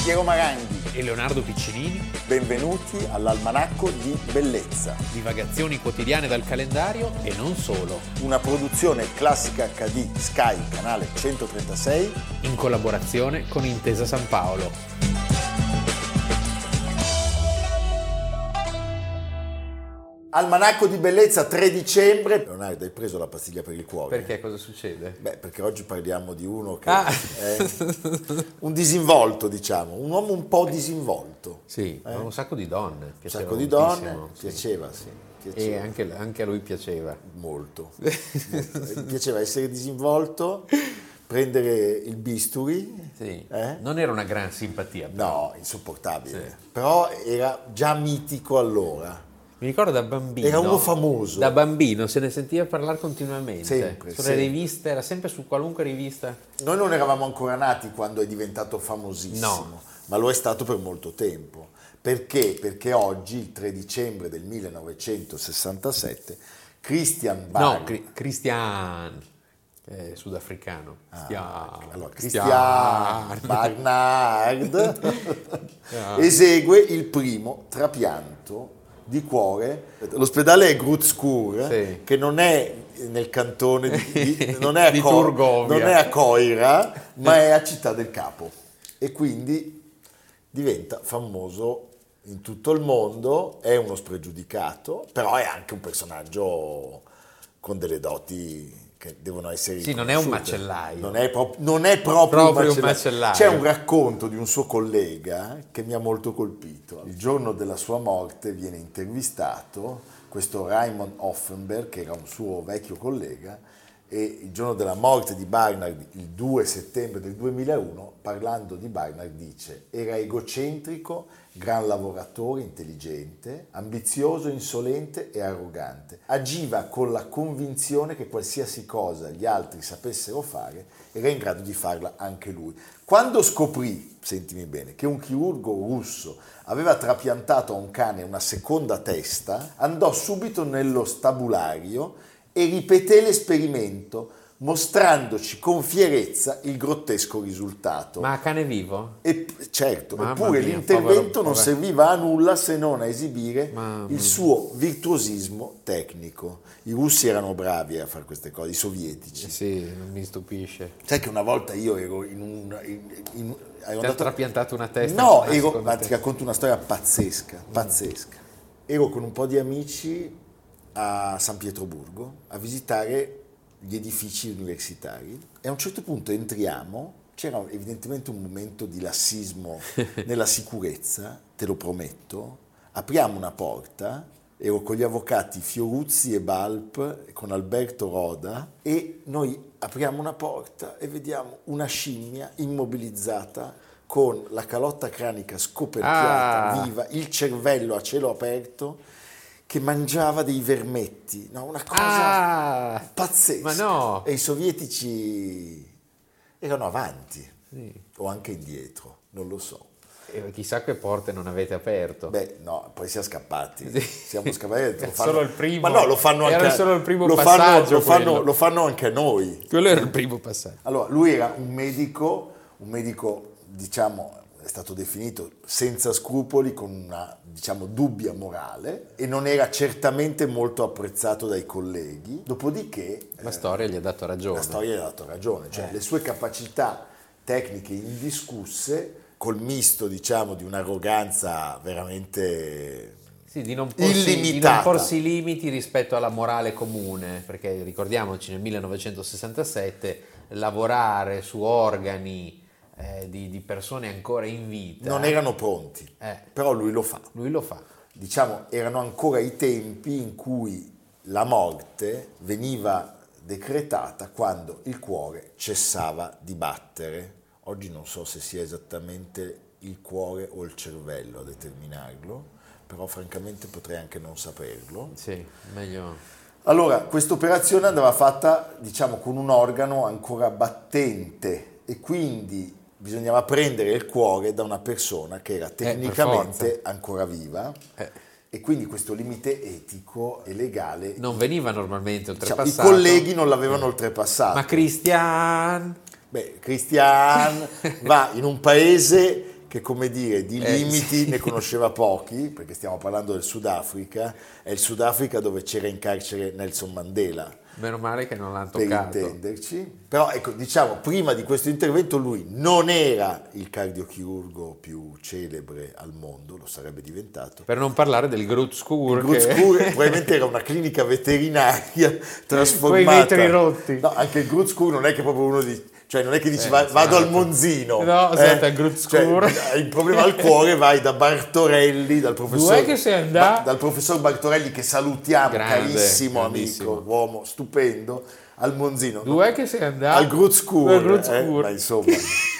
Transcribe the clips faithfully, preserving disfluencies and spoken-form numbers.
Piero Maranghi e Leonardo Piccinini. Benvenuti all'Almanacco di Bellezza. Divagazioni quotidiane dal calendario e non solo. Una produzione Classica acca di Sky, canale centotrentasei. In collaborazione con Intesa San Paolo. Almanacco di Bellezza, tre dicembre. Leonardo, hai preso la pastiglia per il cuore? Perché? Cosa succede? Beh, perché oggi parliamo di uno che ah. è un disinvolto, diciamo, un uomo un po' disinvolto. Sì, eh? un sacco di donne. Un sacco di donne, sì. piaceva, sì. Piaceva. E anche, anche a lui piaceva. Molto. molto. Mi piaceva essere disinvolto, prendere il bisturi. Sì. Eh? Non era una gran simpatia. Però. No, insopportabile. Sì. Però era già mitico allora. Mi ricordo da bambino. Era uno famoso. Da bambino se ne sentiva parlare continuamente. Sempre. Sulle sempre. riviste, era sempre su qualunque rivista. Noi non eravamo ancora nati quando è diventato famosissimo, no. ma lo è stato per molto tempo. Perché? Perché oggi, il tre dicembre del millenovecentosessantasette, Christian Barnard... No, Cri- Christian... Eh, sudafricano. Ah, allora, Christian, Christian Barnard esegue il primo trapianto di cuore. L'ospedale è Gruz-Kur, sì. che non è nel cantone di, di, non, è di Co- Turgovia, non è a Coira, ma è a Città del Capo, e quindi diventa famoso in tutto il mondo. È uno spregiudicato, però è anche un personaggio con delle doti che devono essere sì, non è un macellaio. Non è, pro- non è proprio, proprio un, macellaio. un macellaio. C'è un racconto di un suo collega che mi ha molto colpito. Il giorno della sua morte viene intervistato questo Raymond Offenberg, che era un suo vecchio collega, e il giorno della morte di Barnard, il due settembre del duemilauno, parlando di Barnard dice: era egocentrico, gran lavoratore, intelligente, ambizioso, insolente e arrogante. Agiva con la convinzione che qualsiasi cosa gli altri sapessero fare era in grado di farla anche lui. Quando scoprì, sentimi bene, che un chirurgo russo aveva trapiantato a un cane una seconda testa, andò subito nello stabulario e ripeté l'esperimento, mostrandoci con fierezza il grottesco risultato. Ma a cane vivo? E, certo, Mamma eppure mia, l'intervento povero, non povero. serviva a nulla se non a esibire Mamma il suo virtuosismo tecnico. I russi erano bravi a fare queste cose, i sovietici. Eh sì, non mi stupisce. Sai che una volta io ero in un... In, in, Ti ha trapiantato una testa? No, ero, ma ti racconto una storia pazzesca, pazzesca. Ero con un po' di amici a San Pietroburgo a visitare gli edifici universitari e a un certo punto entriamo, c'era evidentemente un momento di lassismo nella sicurezza, te lo prometto, apriamo una porta, ero con gli avvocati Fioruzzi e Balp, con Alberto Roda, e noi apriamo una porta e vediamo una scimmia immobilizzata con la calotta cranica scoperchiata, ah. viva, il cervello a cielo aperto, che mangiava dei vermetti, no? Una cosa ah, pazzesca. Ma no! E i sovietici erano avanti, sì. o anche indietro, non lo so. E chissà che porte non avete aperto. Beh, no, poi siamo scappati. Sì. Siamo scappati. Lo fanno, solo il primo. Ma no, lo fanno anche. Era solo il primo lo passaggio. Fanno, lo, fanno, lo fanno anche a noi. Quello era il primo passaggio. Allora, lui era un medico, un medico, diciamo, è stato definito senza scrupoli, con una, diciamo, dubbia morale, e non era certamente molto apprezzato dai colleghi. Dopodiché la storia gli ha dato ragione. La storia gli ha dato ragione, cioè eh. le sue capacità tecniche indiscusse, col misto, diciamo, di un'arroganza veramente sì, di non porsi, di non porsi limiti rispetto alla morale comune, perché ricordiamoci nel millenovecentosessantasette lavorare su organi Eh, di, di persone ancora in vita non erano pronti, eh, però lui lo fa. Lui lo fa. Diciamo, erano ancora i tempi in cui la morte veniva decretata quando il cuore cessava di battere. Oggi non so se sia esattamente il cuore o il cervello a determinarlo, però francamente potrei anche non saperlo. Sì, meglio. Allora, questa operazione andava fatta, diciamo, con un organo ancora battente, e quindi bisognava prendere il cuore da una persona che era tecnicamente eh, ancora viva, eh. e quindi questo limite etico e legale non veniva normalmente oltrepassato. Diciamo, i colleghi non l'avevano oltrepassato. Ma Christian? Beh, Christian va in un paese che, come dire, di Eh, limiti sì. ne conosceva pochi, perché stiamo parlando del Sudafrica, è il Sudafrica dove c'era in carcere Nelson Mandela, Meno male che non l'hanno per toccato. intenderci. Però ecco, diciamo, prima di questo intervento lui non era il cardiochirurgo più celebre al mondo, lo sarebbe diventato. Per non parlare del Grootschool. Il Grootschool probabilmente era una clinica veterinaria trasformata. Coi vetri rotti. No, anche il Grootschool non è che proprio uno di... Cioè non è che dici Eh, va- vado esatto. al Monzino. No, esatto, al Grootschool. Cioè, hai il problema al cuore, vai da Bartorelli, dal professor, Dov'è che sei andato? Ba- dal professor Bartorelli, che salutiamo, Grande, carissimo grandissimo. amico, uomo stupendo, al Monzino. Dov'è che sei andato? Al Grootschool. Al Grootschool. Eh, ma insomma...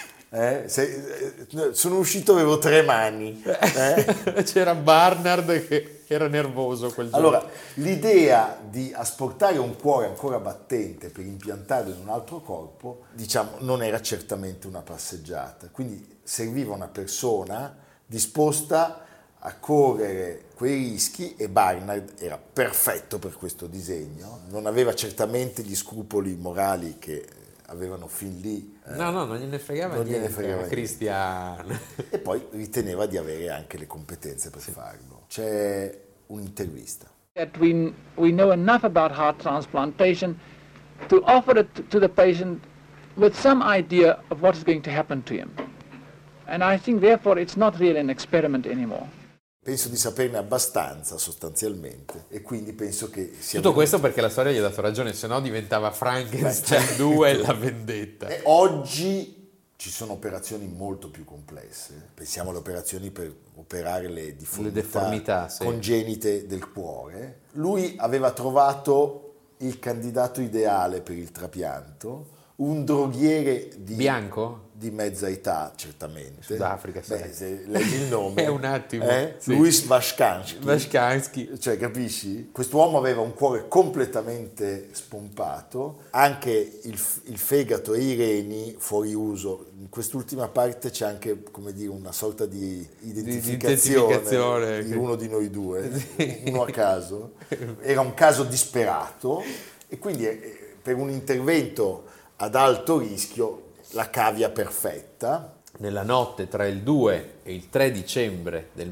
Eh, se, eh, sono uscito, avevo tre mani. Eh? C'era Barnard che era nervoso quel giorno. Allora, l'idea di asportare un cuore ancora battente per impiantarlo in un altro corpo, diciamo, non era certamente una passeggiata. Quindi serviva una persona disposta a correre quei rischi, e Barnard era perfetto per questo disegno. Non aveva certamente gli scrupoli morali che avevano fin lì. Eh, no, no, non gliene fregava non niente gliene fregava a Christian. E poi riteneva di avere anche le competenze per farlo. C'è un'intervista. That we, we know enough about heart transplantation to offer it to the patient with some idea of what is going to happen to him. And I think therefore it's not really an experiment anymore. Penso di saperne abbastanza sostanzialmente, e quindi penso che sia... Tutto questo perché la storia gli ha dato ragione, se no diventava Frankenstein due la vendetta. E oggi ci sono operazioni molto più complesse. Pensiamo alle operazioni per operare le deformità, Le deformità, sì. congenite del cuore. Lui aveva trovato il candidato ideale per il trapianto, un droghiere di... Bianco? Di mezza età, certamente. Sudafrica, sai. Beh, se leggi il nome. È un attimo. Eh? Sì. Luis Vashkansky. Vashkansky. Cioè, capisci? Quest'uomo aveva un cuore completamente spompato, anche il, il fegato e i reni fuori uso. In quest'ultima parte c'è anche, come dire, una sorta di identificazione di, identificazione. di uno di noi due, Sì. uno a caso. Era un caso disperato, e quindi eh, per un intervento ad alto rischio la cavia perfetta. Nella notte tra il due e il tre dicembre del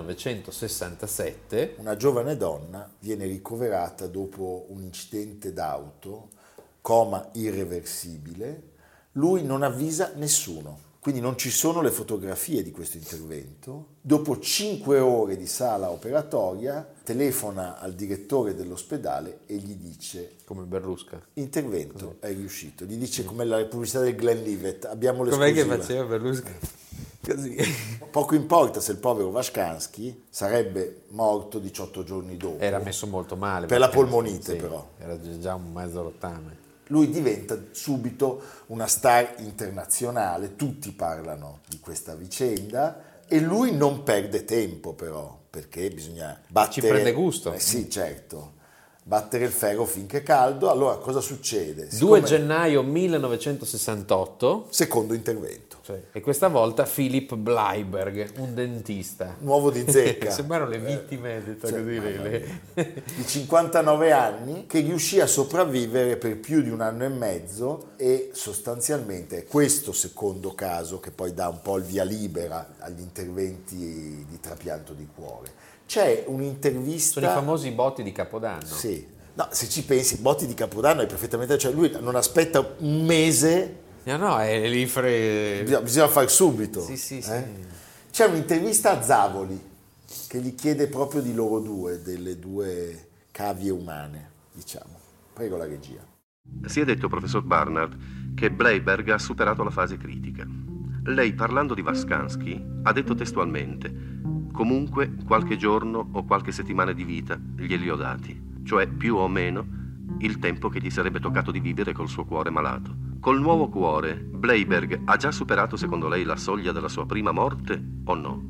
millenovecentosessantasette una giovane donna viene ricoverata dopo un incidente d'auto, coma irreversibile. Lui non avvisa nessuno, quindi non ci sono le fotografie di questo intervento. Dopo cinque ore di sala operatoria telefona al direttore dell'ospedale e gli dice: come Berlusca. intervento, Così. è riuscito. Gli dice, come la pubblicità del Glenlivet, abbiamo Com'è l'esclusiva. che faceva Berlusca? Così. Poco importa se il povero Vashkansky sarebbe morto diciotto giorni dopo. Era messo molto male. Per la perché- polmonite, sì, però. Era già un mezzo rottame. Lui diventa subito una star internazionale, tutti parlano di questa vicenda, e lui non perde tempo però, perché bisogna battere... Ci prende gusto. Eh sì, certo. Battere il ferro finché è caldo. Allora cosa succede? due Siccome- gennaio millenovecentosessantotto, Secondo intervento. cioè, e questa volta Philip Bleiberg, un dentista. Nuovo di zecca. Sembrano le vittime, detto Cioè, così. mamma le- di cinquantanove anni, che riuscì a sopravvivere per più di un anno e mezzo, e sostanzialmente è questo secondo caso che poi dà un po' il via libera agli interventi di trapianto di cuore. C'è un'intervista... Sono i famosi botti di Capodanno. Sì. No, se ci pensi, botti di Capodanno è perfettamente... Cioè lui non aspetta un mese, No, no, è lì fre... bisogna, bisogna fare subito. Sì, sì, sì. eh? C'è un'intervista a Zavoli che gli chiede proprio di loro due, delle due cavie umane, diciamo. Prego la regia. Si è detto, professor Barnard, che Bleiberg ha superato la fase critica. Lei, parlando di Vashkansky, ha detto testualmente: comunque qualche giorno o qualche settimana di vita glieli ho dati, cioè più o meno il tempo che gli sarebbe toccato di vivere col suo cuore malato. Col nuovo cuore, Bleiberg ha già superato, secondo lei, la soglia della sua prima morte o no?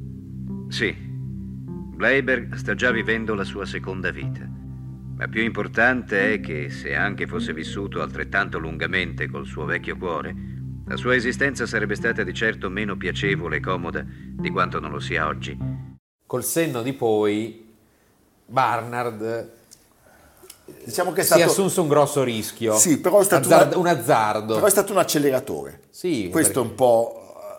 Sì, Bleiberg sta già vivendo la sua seconda vita. Ma più importante è che, se anche fosse vissuto altrettanto lungamente col suo vecchio cuore, la sua esistenza sarebbe stata di certo meno piacevole e comoda di quanto non lo sia oggi. Col senno di poi, Barnard Diciamo che è si stato... è assunto un grosso rischio. Sì, però è stato Azzard- una- un azzardo. Però è stato un acceleratore. Sì, Questo perché- è un po'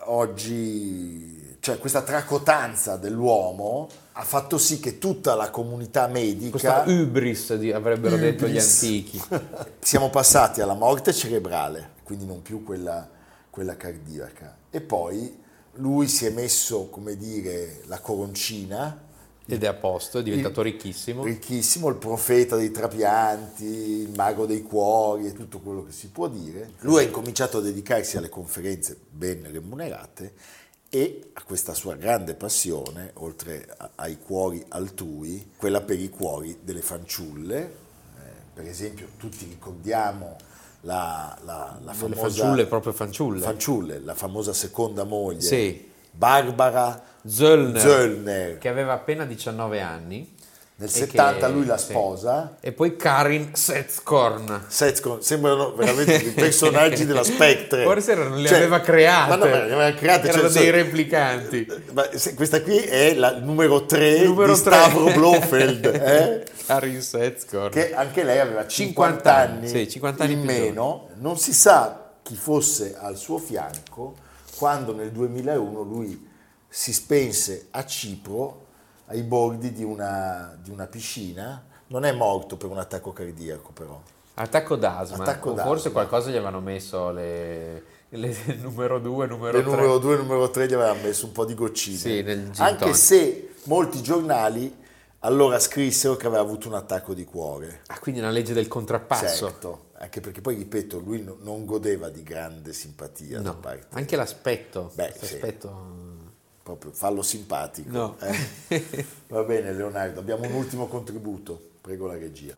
oggi, cioè questa tracotanza dell'uomo ha fatto sì che tutta la comunità medica... Questa hybris, avrebbero hybris. detto gli antichi. Siamo passati alla morte cerebrale, quindi non più quella, quella cardiaca. E poi lui si è messo, come dire, la coroncina. Ed è a posto, è diventato il, ricchissimo. Ricchissimo, il profeta dei trapianti, il mago dei cuori e tutto quello che si può dire. Lui ha incominciato a dedicarsi alle conferenze ben remunerate e a questa sua grande passione, oltre a, ai cuori altrui, quella per i cuori delle fanciulle. Eh, per esempio, tutti ricordiamo la, la, la famosa... fanciulle, proprio fanciulle. Fanciulle, la famosa seconda moglie. Sì. Barbara Zöllner, Zöllner, che aveva appena diciannove anni. Nel settanta che, lui la sì. sposa. E poi Karin Setzkorn. Setzkorn, sembrano veramente dei personaggi della Spectre. Forse non le cioè, aveva create. Ma no, ma le aveva create. Erano cioè, dei replicanti. Ma se, questa qui è la, il numero tre numero di Stavro Blofeld. Eh? Karin Setzkorn. Che anche lei aveva cinquanta, cinquanta anni, sì, cinquanta anni in meno. Non si sa chi fosse al suo fianco quando nel duemilauno lui si spense a Cipro ai bordi di una, di una piscina. Non è morto per un attacco cardiaco, però. Attacco d'asma. Attacco d'asma. Forse qualcosa gli avevano messo le, le numero due, numero le tre. numero due e numero tre gli avevano messo un po' di goccine. Sì, nel anche se molti giornali allora scrissero che aveva avuto un attacco di cuore. Ah, quindi una legge del contrappasso. Certo, anche perché poi, ripeto, lui no, non godeva di grande simpatia no, da parte. Anche l'aspetto. Beh, sì. Aspetto... Proprio fallo simpatico. No. Eh? Va bene, Leonardo, abbiamo un ultimo contributo. Prego la regia.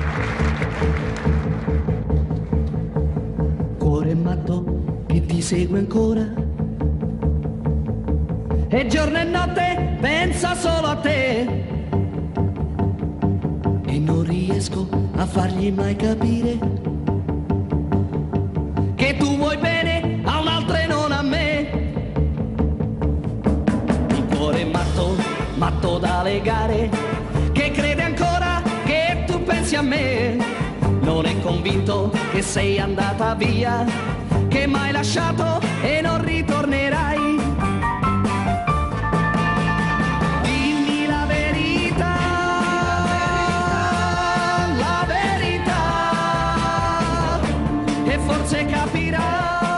Cuore matto che ti segue ancora e giorno e notte pensa solo a te e non riesco a fargli mai capire che tu vuoi bene a un'altra e non a me. Cuore matto, matto da legare, che crede ancora che tu pensi a me. Non è convinto che sei andata via, che m'hai lasciato e non ritornerai. Dimmi la verità, la verità, e forse capirai.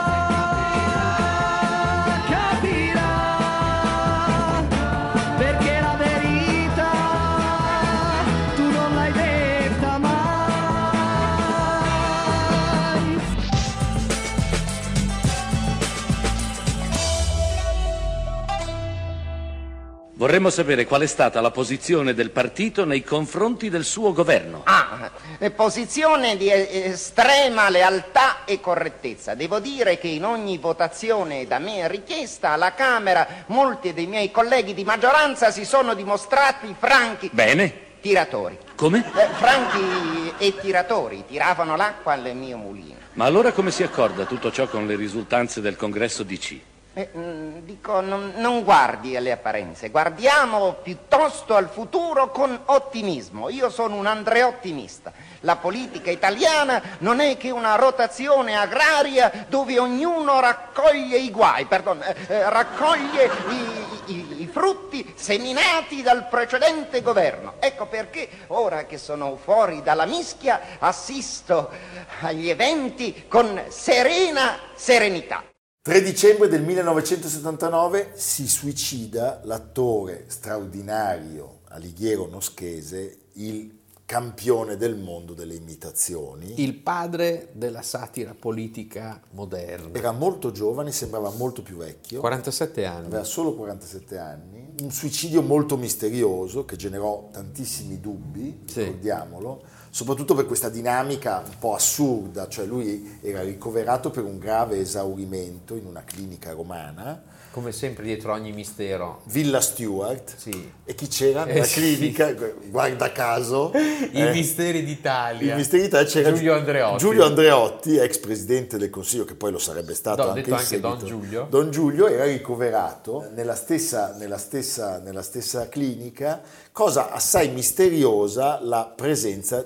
Vorremmo sapere qual è stata la posizione del partito nei confronti del suo governo. Ah, posizione di estrema lealtà e correttezza. Devo dire che in ogni votazione da me richiesta alla Camera molti dei miei colleghi di maggioranza si sono dimostrati franchi. Bene. Tiratori. Come? Eh, franchi e tiratori, tiravano l'acqua al mio mulino. Ma allora come si accorda tutto ciò con le risultanze del congresso D C? Eh, dico, non, non guardi alle apparenze, guardiamo piuttosto al futuro con ottimismo. Io sono un andreottimista. La politica italiana non è che una rotazione agraria dove ognuno raccoglie i guai, perdon, eh, eh, raccoglie i, i, i frutti seminati dal precedente governo. Ecco perché ora che sono fuori dalla mischia assisto agli eventi con serena serenità. tre dicembre del millenovecentosettantanove si suicida l'attore straordinario Alighiero Noschese, il campione del mondo delle imitazioni. Il padre della satira politica moderna. Era molto giovane, sembrava molto più vecchio. quarantasette anni. Aveva solo quarantasette anni. Un suicidio molto misterioso che generò tantissimi dubbi, sì. Ricordiamolo, soprattutto per questa dinamica un po' assurda, cioè lui era ricoverato per un grave esaurimento in una clinica romana. Come sempre dietro ogni mistero. Villa Stewart. Sì. E chi c'era nella eh, clinica? Sì. Guarda caso. I eh, misteri d'Italia. I misteri d'Italia c'era Giulio Andreotti. Giulio Andreotti, ex presidente del Consiglio, che poi lo sarebbe stato Don, anche detto in anche seguito. Don Giulio. Don Giulio era ricoverato nella stessa, nella stessa, nella stessa clinica. Cosa assai misteriosa, la presenza di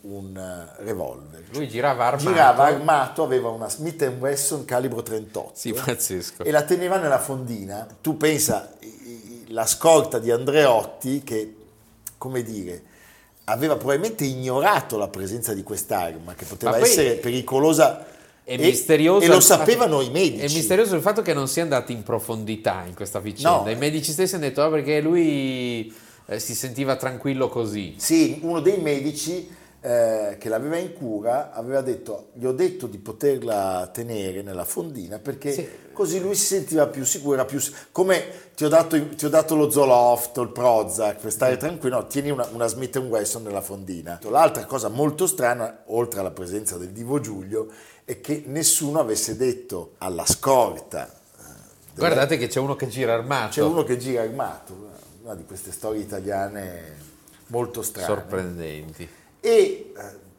un uh, revolver. Lui girava armato. Girava armato, aveva una Smith and Wesson calibro trentotto. Sì, pazzesco. E la teneva nella fondina. Tu pensa, la scorta di Andreotti che, come dire, aveva probabilmente ignorato la presenza di quest'arma, che poteva poi, essere pericolosa. È misterioso e, e lo sapevano fatto, i medici. È misterioso il fatto che non sia andati in profondità in questa vicenda. No. I medici stessi hanno detto, oh, perché lui eh, si sentiva tranquillo così. Sì, uno dei medici eh, che l'aveva in cura aveva detto, gli ho detto di poterla tenere nella fondina perché sì. così lui si sentiva più sicuro, era più come ti ho dato, ti ho dato lo Zoloft o il Prozac per stare tranquillo, no, tieni una, una Smith and Wesson nella fondina. L'altra cosa molto strana, oltre alla presenza del divo Giulio, è che nessuno avesse detto alla scorta. Della... Guardate che c'è uno che gira armato. C'è uno che gira armato, una di queste storie italiane molto strane. Sorprendenti. E, eh,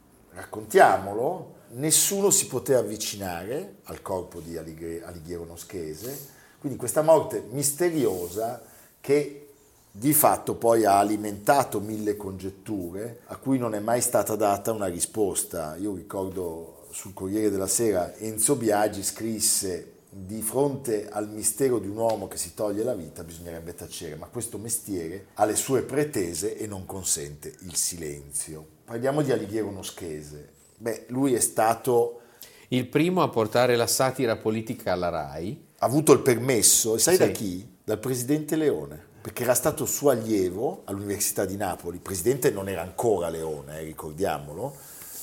raccontiamolo, nessuno si poteva avvicinare al corpo di Alighiero Noschese, quindi questa morte misteriosa che di fatto poi ha alimentato mille congetture a cui non è mai stata data una risposta. Io ricordo sul Corriere della Sera Enzo Biagi scrisse: di fronte al mistero di un uomo che si toglie la vita bisognerebbe tacere, ma questo mestiere ha le sue pretese e non consente il silenzio. Parliamo di Alighiero Noschese. Beh, lui è stato il primo a portare la satira politica alla RAI. Ha avuto il permesso, sai sì. da chi? Dal presidente Leone, perché era stato suo allievo all'Università di Napoli. Il presidente non era ancora Leone, eh, ricordiamolo,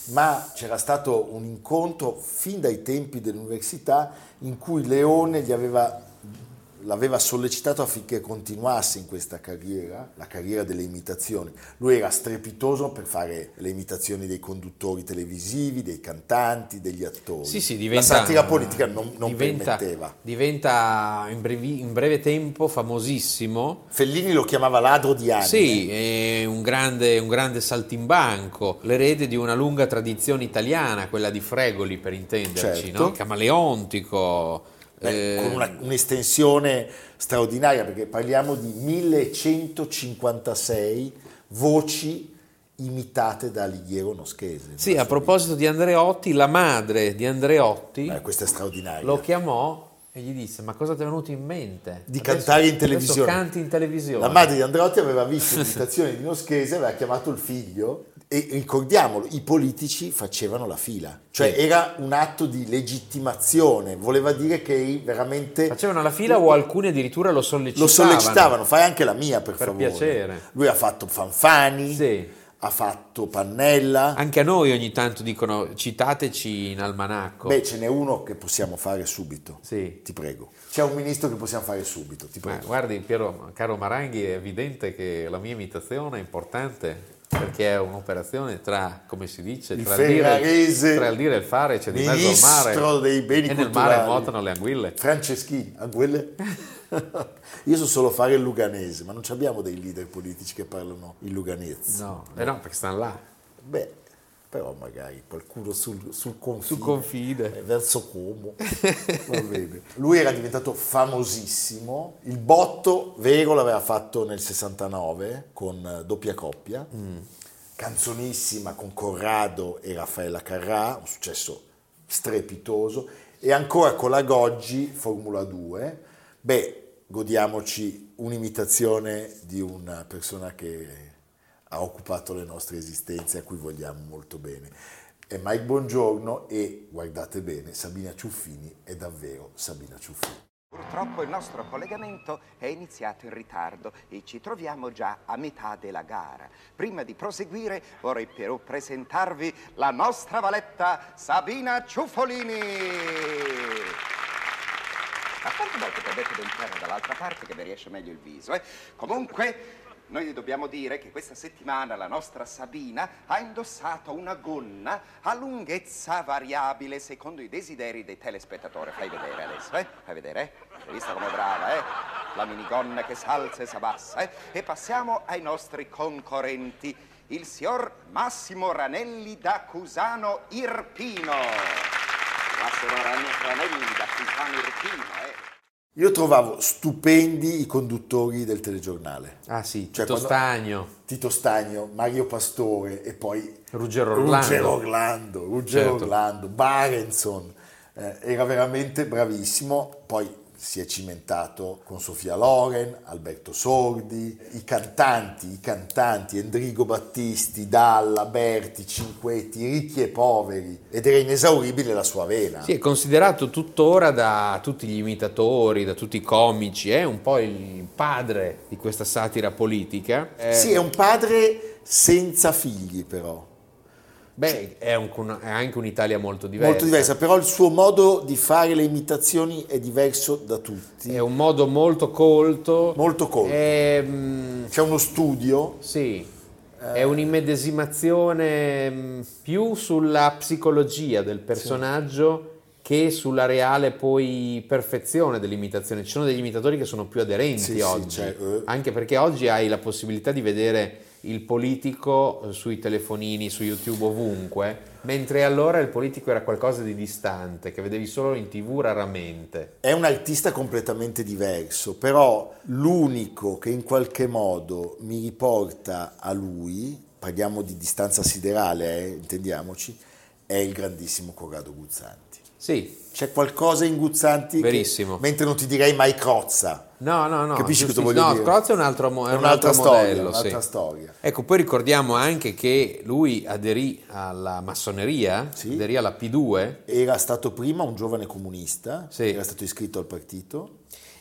ma c'era stato un incontro fin dai tempi dell'università in cui Leone gli aveva, l'aveva sollecitato affinché continuasse in questa carriera, la carriera delle imitazioni. Lui era strepitoso per fare le imitazioni dei conduttori televisivi, dei cantanti, degli attori. Sì, sì, diventa, la satira politica non, non diventa, permetteva. Diventa in, brevi, in breve tempo famosissimo. Fellini lo chiamava ladro di anime. Sì, è un grande, un grande saltimbanco, l'erede di una lunga tradizione italiana, quella di Fregoli per intenderci, certo. no? Camaleontico. Beh, con una, un'estensione straordinaria, perché parliamo di millecentocinquantasei voci imitate da Alighiero Noschese. Sì, a proposito di Andreotti, la madre di Andreotti eh, questa è straordinaria. Lo chiamò e gli disse: ma cosa ti è venuto in mente? Di adesso, cantare in televisione. Canti in televisione. La madre di Andreotti aveva visto l'imitazione di Noschese, aveva chiamato il figlio. E ricordiamolo, i politici facevano la fila, cioè sì. era un atto di legittimazione, voleva dire che veramente... Facevano la fila o alcuni addirittura lo sollecitavano. Lo sollecitavano, fai anche la mia per, per favore. Per piacere. Lui ha fatto Fanfani, sì. ha fatto Pannella. Anche a noi ogni tanto dicono citateci in almanacco. Beh, ce n'è uno che possiamo fare subito, sì. ti prego. C'è un ministro che possiamo fare subito, ti prego. Ma guardi Piero, caro Maranghi, è evidente che la mia imitazione è importante. Perché è un'operazione tra, come si dice, il tra, il dire, tra il dire e il fare, c'è di mezzo al mare dei beni e nel culturali. mare nuotano le anguille. Franceschini, anguille? Io so solo fare il luganese, ma non abbiamo dei leader politici che parlano il luganese. No, no. Eh no, perché stanno là. Beh, però magari qualcuno sul, sul confine, sul confine. Eh, verso Como. Va bene. Lui era diventato famosissimo, il botto vero l'aveva fatto nel sessantanove con Doppia Coppia, mm. canzonissima con Corrado e Raffaella Carrà, un successo strepitoso, e ancora con la Goggi Formula due. Beh, godiamoci un'imitazione di una persona che ha occupato le nostre esistenze, a cui vogliamo molto bene. È Mike Bongiorno e, guardate bene, Sabina Ciuffini è davvero Sabina Ciuffini. Purtroppo il nostro collegamento è iniziato in ritardo e ci troviamo già a metà della gara. Prima di proseguire vorrei però presentarvi la nostra valetta Sabina Ciuffolini. Ma quante volte ti ho detto di entrare dall'altra parte che mi riesce meglio il viso, eh? Comunque, noi dobbiamo dire che questa settimana la nostra Sabina ha indossato una gonna a lunghezza variabile secondo i desideri dei telespettatori. Fai vedere adesso, eh? Fai vedere, eh? Hai visto come brava, eh? La minigonna che s'alza e s'abbassa, eh? E passiamo ai nostri concorrenti. Il signor Massimo Ranelli da Cusano Irpino. Massimo Ranelli da Cusano Irpino, eh? Io trovavo stupendi i conduttori del telegiornale. Ah sì, Cioè, Tito Stagno. Tito Stagno, Mario Pastore e poi Ruggero Orlando. Ruggero Orlando, Ruggero Certo. Orlando, Barenson. Eh, era veramente bravissimo. Poi si è cimentato con Sofia Loren, Alberto Sordi, i cantanti, i cantanti, Endrigo Battisti, Dalla, Berti, Cinquetti, ricchi e poveri, ed era inesauribile la sua vena. Sì, è considerato tuttora da tutti gli imitatori, da tutti i comici, è un po' il padre di questa satira politica. Eh, Sì, è un padre senza figli però. Beh, è, un- è anche un'Italia molto diversa. Molto diversa, però il suo modo di fare le imitazioni è diverso da tutti. È un modo molto colto. Molto colto. È, mm, C'è uno studio. sì, è un'immedesimazione mm, più sulla psicologia del personaggio che sulla reale poi perfezione dell'imitazione. Ci sono degli imitatori che sono più aderenti Sì, sì, oggi, cioè, eh. anche perché oggi hai la possibilità di vedere il politico eh, sui telefonini, su YouTube, ovunque, mentre allora il politico era qualcosa di distante, che vedevi solo in TV raramente. È un artista completamente diverso, però l'unico che in qualche modo mi riporta a lui, parliamo di distanza siderale, eh, intendiamoci, è il grandissimo Corrado Guzzanti. Sì, C'è qualcosa in Guzzanti Verissimo. che, mentre non ti direi mai Crozza. no, no, no. Capisci cosa giusti- voglio no, dire? Crozza è un altro, mo- è È un un'altra altro storia, modello. un'altra sì. storia. Ecco, poi ricordiamo anche che lui aderì alla massoneria, Sì. aderì alla P due Era stato prima un giovane comunista, Sì. era stato iscritto al partito.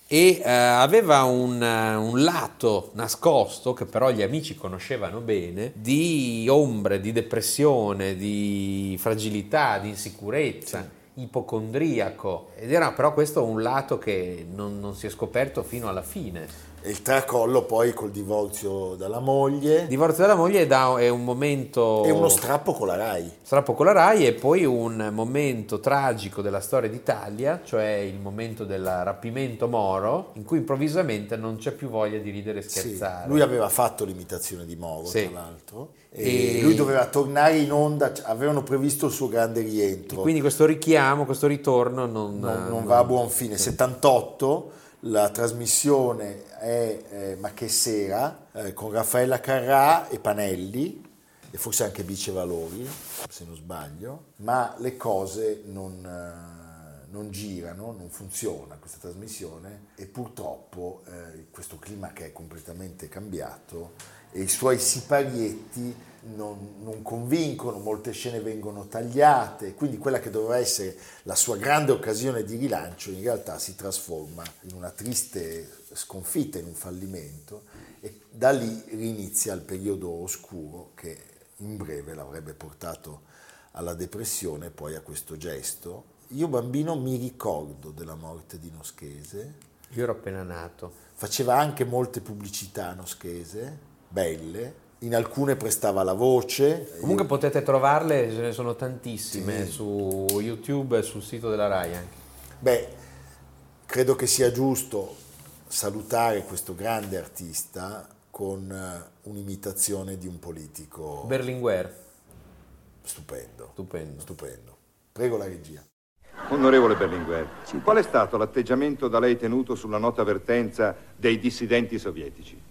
e eh, aveva un, eh, un lato nascosto, che però gli amici conoscevano bene, di ombre, di depressione, di fragilità, di insicurezza, ipocondriaco. Ed era però questo un lato che non, non si è scoperto fino alla fine. E il tracollo poi col divorzio dalla moglie Il divorzio dalla moglie è, da- è un momento... e uno strappo con la Rai. strappo con la Rai, e poi un momento tragico della storia d'Italia, cioè il momento del rapimento Moro, in cui improvvisamente non c'è più voglia di ridere e Sì, scherzare. lui aveva fatto l'imitazione di Moro, Sì. tra l'altro, e, E- lui doveva tornare in onda, c- avevano previsto il suo grande rientro. Quindi questo richiamo, questo ritorno non, non, non non- va a buon fine. settantotto la trasmissione è eh, Ma che sera, eh, con Raffaella Carrà e Panelli e forse anche Bice Valori, se non sbaglio, ma le cose non, eh, non girano, non funziona questa trasmissione, e purtroppo eh, questo clima che è completamente cambiato e i suoi siparietti non, non convincono, molte scene vengono tagliate, quindi quella che doveva essere la sua grande occasione di rilancio in realtà si trasforma in una triste sconfitta, in un fallimento, e da lì rinizia il periodo oscuro che in breve l'avrebbe portato alla depressione e poi a questo gesto. Io bambino mi ricordo della morte di Noschese, Io ero appena nato. faceva anche molte pubblicità Noschese, belle, in alcune prestava la voce. Comunque potete trovarle, ce ne sono tantissime, Sì. su YouTube e sul sito della Rai anche. Beh, credo che sia giusto salutare questo grande artista con eh, un'imitazione di un politico Berlinguer, stupendo. stupendo. Stupendo. Prego la regia. Onorevole Berlinguer, qual è stato l'atteggiamento da lei tenuto sulla nota avvertenza dei dissidenti sovietici?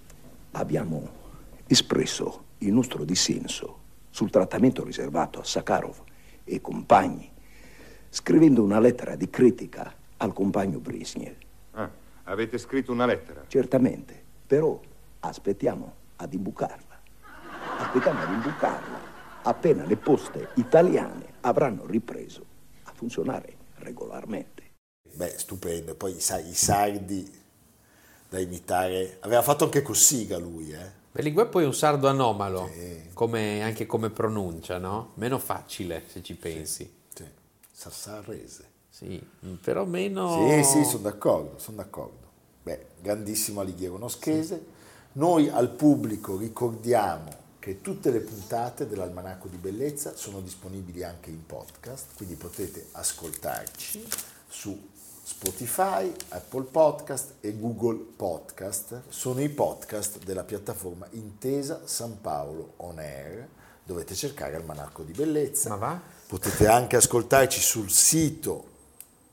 Abbiamo espresso il nostro dissenso sul trattamento riservato a Sakharov e compagni, scrivendo una lettera di critica al compagno Brezhnev. Ah, avete scritto una lettera? Certamente, però aspettiamo ad imbucarla. Aspettiamo ad imbucarla appena le poste italiane avranno ripreso a funzionare regolarmente. Beh, stupendo. Poi sai, i sardi da imitare. Aveva fatto anche Cossiga lui, eh. Berlinguer poi è un sardo anomalo, Sì. come, anche come pronuncia, no? Meno facile se ci pensi. Sì. Sassarese. Sì, però meno... Sì, sì, sono d'accordo, sono d'accordo. Beh, grandissimo Alighiero Noschese. Noi al pubblico ricordiamo che tutte le puntate dell'Almanacco di Bellezza sono disponibili anche in podcast, quindi potete ascoltarci su Spotify, Apple Podcast e Google Podcast. Sono i podcast della piattaforma Intesa San Paolo On Air. Dovete cercare Almanacco di Bellezza. Ma va? Potete anche ascoltarci sul sito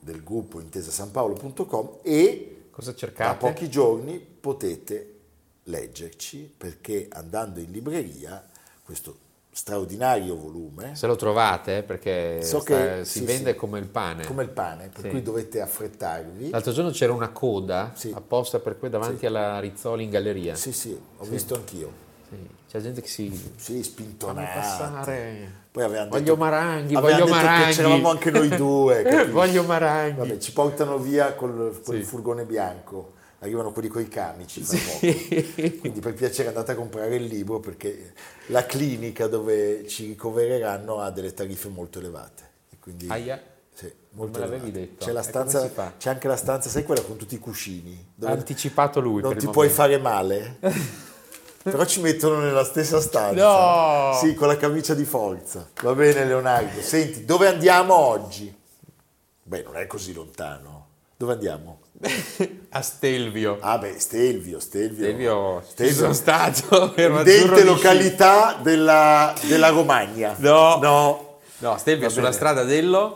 del gruppo intesa san paolo punto com e cosa cercate? Da pochi giorni potete leggerci, perché andando in libreria questo straordinario volume, se lo trovate, perché so sta, che, si sì, vende sì, come il pane come il pane, per sì. cui dovete affrettarvi. L'altro giorno c'era una coda sì. apposta per qui davanti sì. alla Rizzoli in galleria. Sì, sì, ho sì. visto anch'io. Sì. C'è gente che si sì, spintonata. Passare. Poi voglio detto, maranghi, voglio maranghi. Che c'eravamo anche noi due. Voglio maranghi. Vabbè, ci portano via col, col sì. furgone bianco. Arrivano quelli coi camici fra sì. poco. Quindi per piacere andate a comprare il libro, perché la clinica dove ci ricovereranno ha delle tariffe molto elevate. E quindi, Aia. Sì, molto me l'avevi detto. C'è, la stanza, c'è anche la stanza, sai, quella con tutti i cuscini. Ha anticipato lui. Non per ti il puoi momento. fare male, però ci mettono nella stessa stanza. No! Sì, con la camicia di forza. Va bene, Leonardo. Senti, dove andiamo oggi? Beh, non è così lontano. Dove andiamo? A Stelvio. Ah beh, Stelvio, Stelvio. Stelvio, Stelvio. Ci sono stato. Evidente località della, della Romagna. No. No. No, Stelvio sulla strada dello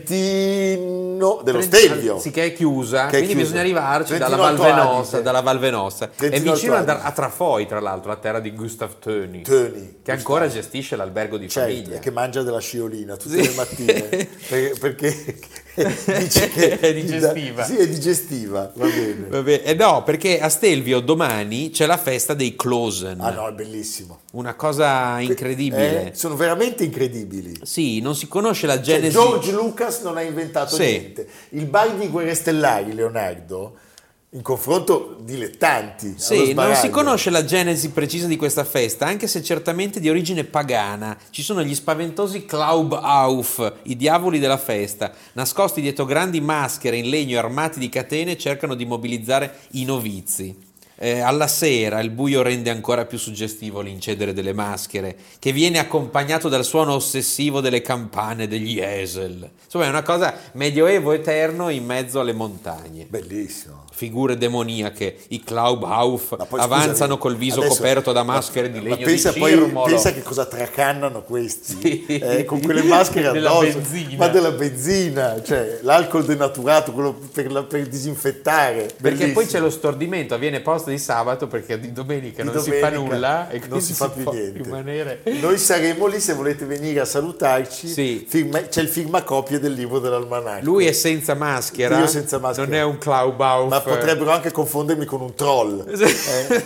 Trentino, dello Trentino, Stelvio. Sì, che è chiusa, che è quindi chiusa. bisogna arrivarci Trentino dalla Valvenosa, dalla Valvenosa. Trentino è vicino a, a Trafoi, tra l'altro, la terra di Gustav Töni, Töni che ancora gestisce l'albergo di certo, famiglia. E che mangia della sciolina tutte sì. le mattine, perché, perché dice che è digestiva. Sì, è digestiva, va bene. Va bene. Eh no, perché a Stelvio domani c'è la festa dei Closen. Ah no, è bellissimo. Una cosa incredibile. Eh, sono veramente incredibili. Sì, non si conosce la genesi. Cioè, George Lucas non ha inventato sì. niente. Il bar di Guerre Stellari, Leonardo, in confronto dilettanti. Sì, non si conosce la genesi precisa di questa festa, anche se certamente di origine pagana. Ci sono gli spaventosi Klaubauf, i diavoli della festa, nascosti dietro grandi maschere in legno e armati di catene, cercano di mobilizzare i novizi. Eh, alla sera il buio rende ancora più suggestivo l'incedere delle maschere, che viene accompagnato dal suono ossessivo delle campane degli esel. Insomma, è una cosa medioevo eterno in mezzo alle montagne. Bellissimo. Figure demoniache, i Klaubauf poi, avanzano scusami, col viso adesso, coperto da maschere di legno ma pensa, di poi, cirmolo. pensa che cosa tracannano questi, sì. eh, con quelle maschere della addosso, benzina. ma della benzina, cioè l'alcol denaturato, quello per, la, per disinfettare. Perché Bellissimo. poi c'è lo stordimento, avviene posto di sabato perché di domenica di non domenica si fa nulla e non si fa più niente. Rimanere... Noi saremo lì se volete venire a salutarci. Sì. Firma, c'è il firmacopie del libro dell'almanacco. Lui è senza maschera, Io senza maschera. non è un Klaubauf. Ma potrebbero anche confondermi con un troll. Eh?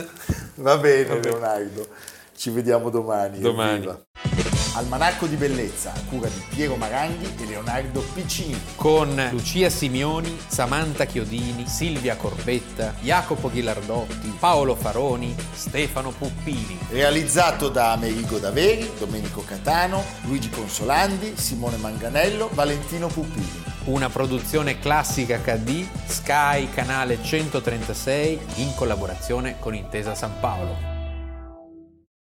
Va bene, Va bene, Leonardo. Ci vediamo domani. Domani. Evviva. Almanacco di bellezza a cura di Piero Maranghi e Leonardo Piccini. Con Lucia Simioni, Samantha Chiodini, Silvia Corbetta, Jacopo Ghilardotti, Paolo Faroni, Stefano Puppini. Realizzato da Amerigo Daveri, Domenico Catano, Luigi Consolandi, Simone Manganello, Valentino Puppini. Una produzione classica acca di Sky Canale centotrentasei in collaborazione con Intesa San Paolo.